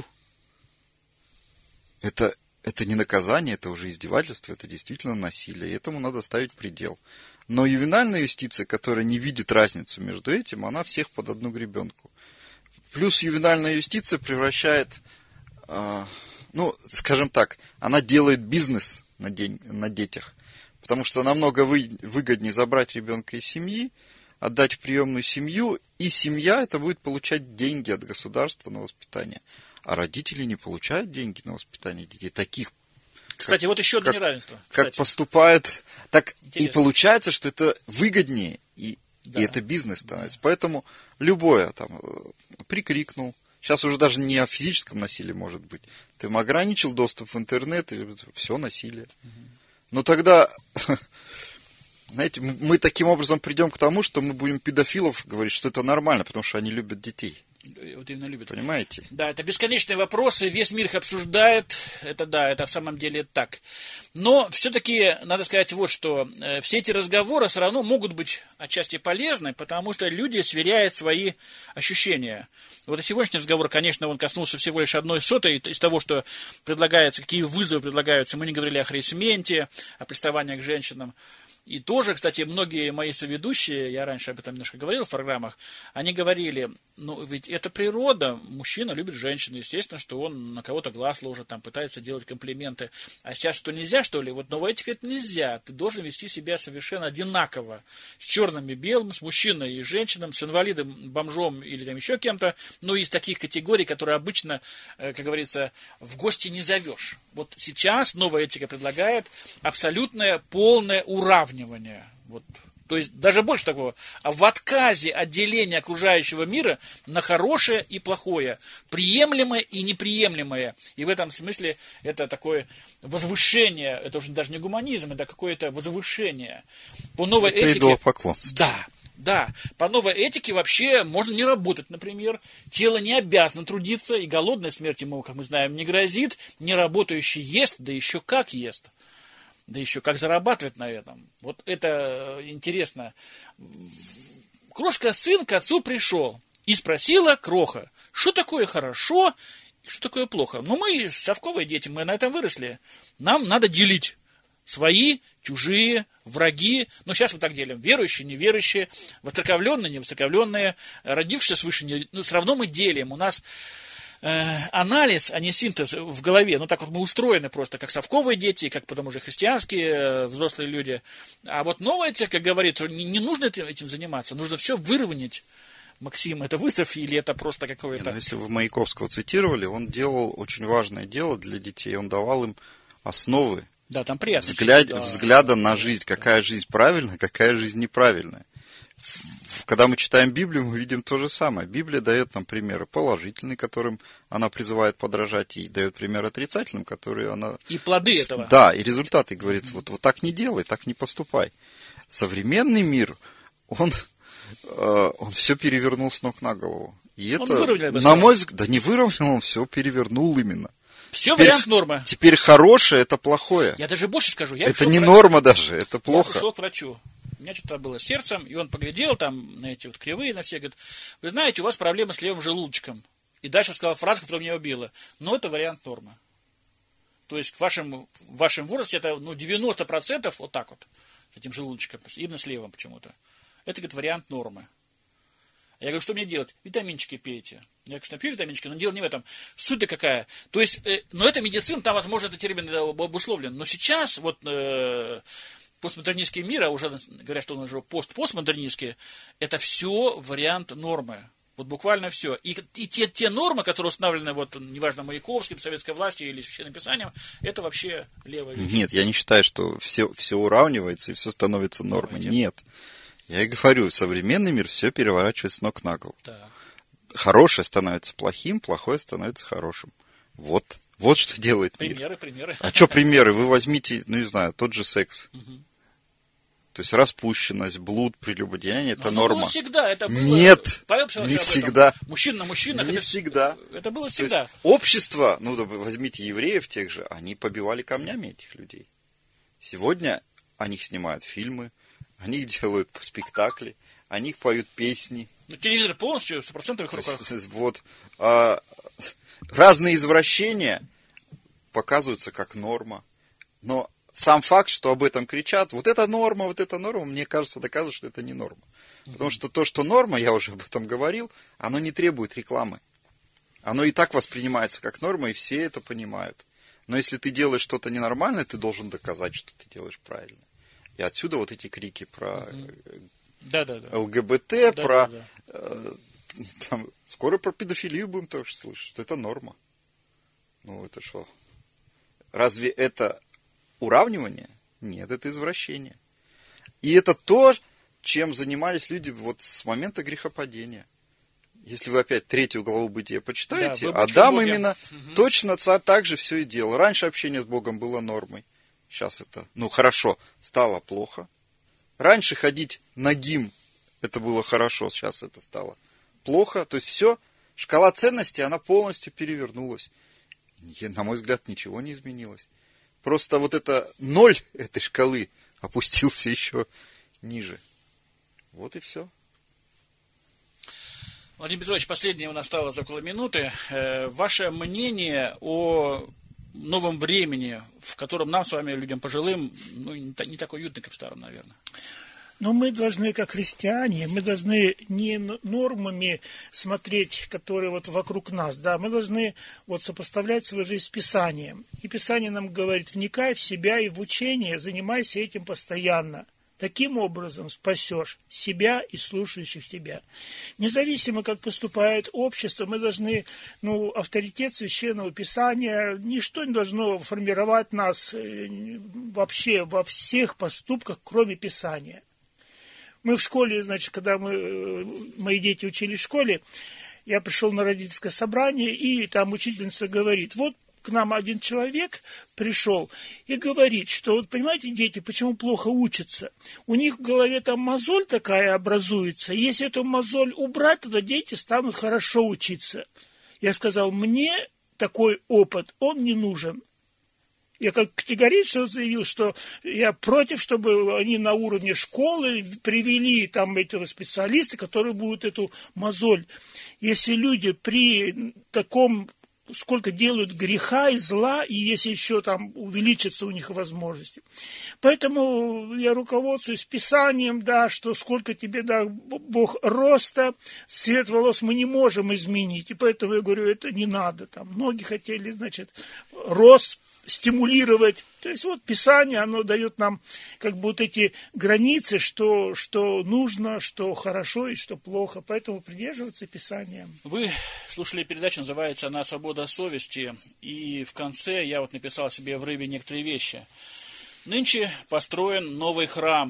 Это не наказание, это уже издевательство, это действительно насилие. И этому надо ставить предел. Но ювенальная юстиция, которая не видит разницу между этим, она всех под одну гребенку. Плюс ювенальная юстиция превращает, ну, скажем так, она делает бизнес на детях. Потому что намного выгоднее забрать ребенка из семьи, отдать в приемную семью, и семья это будет получать деньги от государства на воспитание. А родители не получают деньги на воспитание детей. Таких Кстати, вот еще одно неравенство. Как поступает, так Интересно. и получается, что это выгоднее, и это бизнес становится. Поэтому любое там прикрикнул. Сейчас уже даже не о физическом насилии может быть. Ты им ограничил доступ в интернет, и все насилие. Но тогда, знаете, мы таким образом придем к тому, что мы будем педофилов говорить, что это нормально, потому что они любят детей. Вот именно любят. Понимаете? Да, это бесконечные вопросы, весь мир их обсуждает, это в самом деле так. Но все-таки надо сказать вот что, все эти разговоры все равно могут быть отчасти полезны, потому что люди сверяют свои ощущения. Вот и сегодняшний разговор, конечно, он коснулся всего лишь 1/100 из того, что предлагается, какие вызовы предлагаются. Мы не говорили о харасменте, о приставании к женщинам. И тоже, кстати, многие мои соведущие, я раньше об этом немножко говорил в программах, они говорили, ну ведь это природа, мужчина любит женщину, естественно, что он на кого-то глаз ложит, там пытается делать комплименты. А сейчас что, нельзя, что ли? Вот новая этика это нельзя. Ты должен вести себя совершенно одинаково. С черным и белым, с мужчиной и женщиной, с инвалидом, бомжом или там еще кем-то. Ну, из таких категорий, которые обычно, как говорится, в гости не зовешь. Вот сейчас новая этика предлагает абсолютное, полное уравнивание. Вот. То есть даже больше такого. А в отказе от деления окружающего мира на хорошее и плохое, приемлемое и неприемлемое. И в этом смысле это такое возвышение, это уже даже не гуманизм, это какое-то возвышение. По новой это этике. Идолопоклонство. Да, по новой этике вообще можно не работать, например. Тело не обязано трудиться, и голодная смерть ему, как мы знаем, не грозит. Неработающий ест, да еще как ест. Да еще как зарабатывает на этом. Вот это интересно. Крошка-сын к отцу пришел и спросила Кроха, что такое хорошо и что такое плохо. Ну, мы совковые дети, мы на этом выросли. Нам надо делить. Свои, чужие, враги. Но сейчас мы так делим. Верующие, неверующие, воцерковленные, невоцерковленные, родившиеся свыше. Ну, все равно мы делим. У нас анализ, а не синтез в голове. Ну, так вот мы устроены просто, как совковые дети, как потом уже христианские взрослые люди. А вот новая этика говорит, что не нужно этим заниматься. Нужно все выровнять. Максим, это вызов или это просто какое-то... Если вы Маяковского цитировали, он делал очень важное дело для детей. Он давал им основы. Да, там приятно. Взгляда на жизнь, какая жизнь правильная, какая жизнь неправильная. Когда мы читаем Библию, мы видим то же самое. Библия дает нам примеры положительные, которым она призывает подражать, и дает примеры отрицательным, которые она... И плоды этого. Да, и результаты. Говорит, вот так не делай, так не поступай. Современный мир, он все перевернул с ног на голову. И он это, выровнял, на мой взгляд, да не выровнял, он все перевернул именно. Все вариант нормы. Теперь хорошее – это плохое. Я даже больше скажу. Это не норма даже, это плохо. Я пришел к врачу. У меня что-то было с сердцем, и он поглядел там на эти вот кривые, на все, говорит, вы знаете, у вас проблемы с левым желудочком. И дальше сказал фразу, которая меня убила. Но это вариант нормы. То есть в вашем возрасте это 90% вот так вот, с этим желудочком, именно с левым почему-то. Это, говорит, вариант нормы. Я говорю, что мне делать? Витаминчики пейте. Я, конечно, пью витаминчики, но дело не в этом. Суть-то какая? То есть, но это медицина, там, возможно, этот термин обусловлен. Но сейчас, вот, постмодернистский мир, а уже говорят, что он уже постмодернистский, это все вариант нормы. Вот буквально все. И те нормы, которые установлены, вот, неважно, Маяковским, советской властью или Священным Писанием, это вообще левая вещь. Нет, я не считаю, что все уравнивается и все становится нормой. Нет. Я и говорю, современный мир все переворачивает с ног на голову. Так. Хорошее становится плохим, плохое становится хорошим. Вот что делает мир. Примеры. А что примеры? Вы возьмите, не знаю, тот же секс. Угу. То есть распущенность, блуд, прелюбодеяние – это норма. Было всегда. Это было... Нет, не всегда. Мужчина на мужчинах. Не всегда. Это было всегда. То есть общество, возьмите евреев тех же, они побивали камнями этих людей. Сегодня о них снимают фильмы, о них делают спектакли, о них поют песни. Телевизор полностью, 100% их руках. Вот. Разные извращения показываются как норма. Но сам факт, что об этом кричат, вот это норма, мне кажется, доказывает, что это не норма. Потому что то, что норма, я уже об этом говорил, оно не требует рекламы. Оно и так воспринимается как норма, и все это понимают. Но если ты делаешь что-то ненормальное, ты должен доказать, что ты делаешь правильно. И отсюда вот эти крики про ЛГБТ, там, скоро про педофилию будем тоже слышать, что это норма. Ну, это что? Разве это уравнивание? Нет, это извращение. И это то, чем занимались люди вот с момента грехопадения. Если вы опять 3 главу Бытия почитаете, да, Адам именно точно так же все и делал. Раньше общение с Богом было нормой. Сейчас это, хорошо, стало плохо. Раньше ходить нагим, это было хорошо, сейчас это стало плохо. То есть все, шкала ценностей, она полностью перевернулась. И, на мой взгляд, ничего не изменилось. Просто вот это 0 этой шкалы опустился еще ниже. Вот и все. Владимир Петрович, последнее у нас осталось около минуты. Ваше мнение о новом времени, в котором нам с вами, людям пожилым, не так уютно, как в старом, наверное. Но мы должны, как христиане, мы должны не нормами смотреть, которые вот вокруг нас, да, мы должны вот сопоставлять свою жизнь с Писанием. И Писание нам говорит: вникай в себя и в учение, занимайся этим постоянно. Таким образом спасешь себя и слушающих тебя. Независимо, как поступает общество, мы должны, авторитет Священного Писания, ничто не должно формировать нас вообще во всех поступках, кроме Писания. Мы в школе, когда мои дети учились в школе, я пришел на родительское собрание, и там учительница говорит: вот к нам один человек пришел и говорит, что, вот понимаете, дети, почему плохо учатся? У них в голове там мозоль такая образуется, и если эту мозоль убрать, тогда дети станут хорошо учиться. Я сказал: мне такой опыт, он не нужен. Я как категорично заявил, что я против, чтобы они на уровне школы привели там этого специалиста, который будет эту мозоль. Если люди при таком, сколько делают греха и зла, и если еще там увеличатся у них возможности. Поэтому я руководствуюсь Писанием, да, что сколько тебе даст Бог роста, цвет волос мы не можем изменить. И поэтому я говорю, это не надо. Там многие хотели, рост стимулировать. То есть вот Писание, оно дает нам вот эти границы, что нужно, что хорошо и что плохо. Поэтому придерживаться Писания. Вы слушали передачу, называется она «Свобода совести». И в конце я написал себе в рыбе некоторые вещи. Нынче построен новый храм,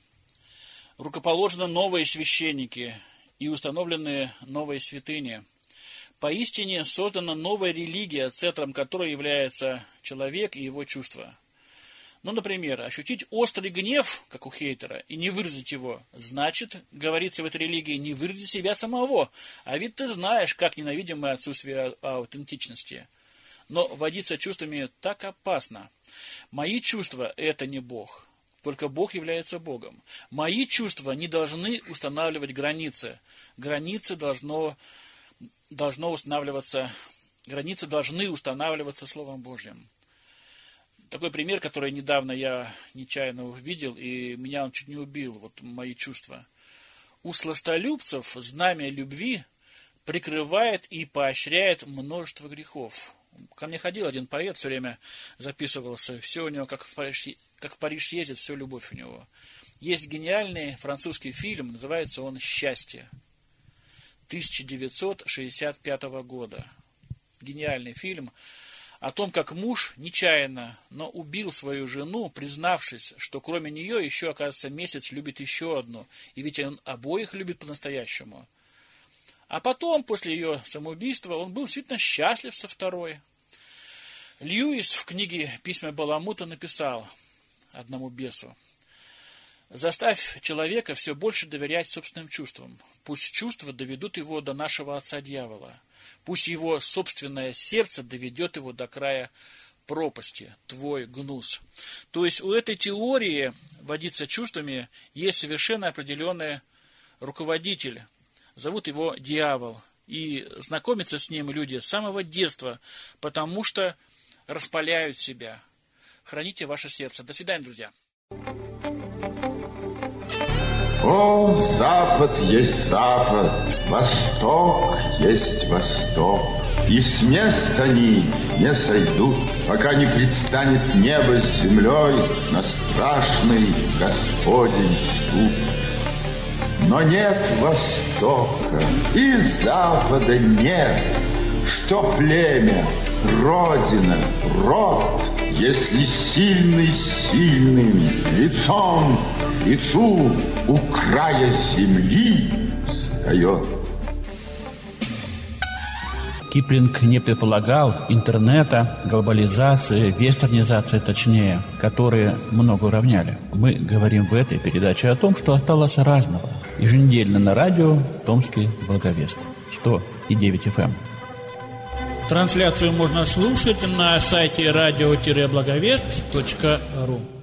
рукоположены новые священники и установлены новые святыни. Поистине создана новая религия, центром которой является человек и его чувства. Например, ощутить острый гнев, как у хейтера, и не выразить его, значит, говорится в этой религии, не вырази себя самого. А ведь ты знаешь, как ненавидим мы отсутствие аутентичности. Но водиться чувствами так опасно. Мои чувства – это не Бог. Только Бог является Богом. Мои чувства не должны устанавливать границы. Границы должны устанавливаться Словом Божьим. Такой пример, который недавно я нечаянно увидел, и меня он чуть не убил, мои чувства. У сластолюбцев знамя любви прикрывает и поощряет множество грехов. Ко мне ходил один поэт, все время записывался, все у него, как в Париж ездит, все любовь у него. Есть гениальный французский фильм, называется он «Счастье». 1965 года. Гениальный фильм о том, как муж нечаянно, но убил свою жену, признавшись, что кроме нее еще, оказывается, месяц любит еще одну. И ведь он обоих любит по-настоящему. А потом, после ее самоубийства, он был действительно счастлив со второй. Льюис в книге «Письма Баламута» написал одному бесу: «Заставь человека все больше доверять собственным чувствам. Пусть чувства доведут его до нашего отца дьявола. Пусть его собственное сердце доведет его до края пропасти, твой гнус». То есть у этой теории водиться чувствами есть совершенно определенный руководитель. Зовут его дьявол. И знакомятся с ним люди с самого детства, потому что распаляют себя. Храните ваше сердце. До свидания, друзья. О, Запад есть Запад, Восток есть Восток, и с места они не сойдут, пока не предстанет небо с землей на страшный Господень суд. Но нет Востока и Запада нет, что племя Родина, род, если сильный сильным, лицом к лицу у края земли встает. Киплинг не предполагал интернета, глобализации, вестернизации точнее, которые много уравняли. Мы говорим в этой передаче о том, что осталось разного. Еженедельно на радио «Томский Благовест» 100,9 FM. Трансляцию можно слушать на сайте radio-благовест.ру.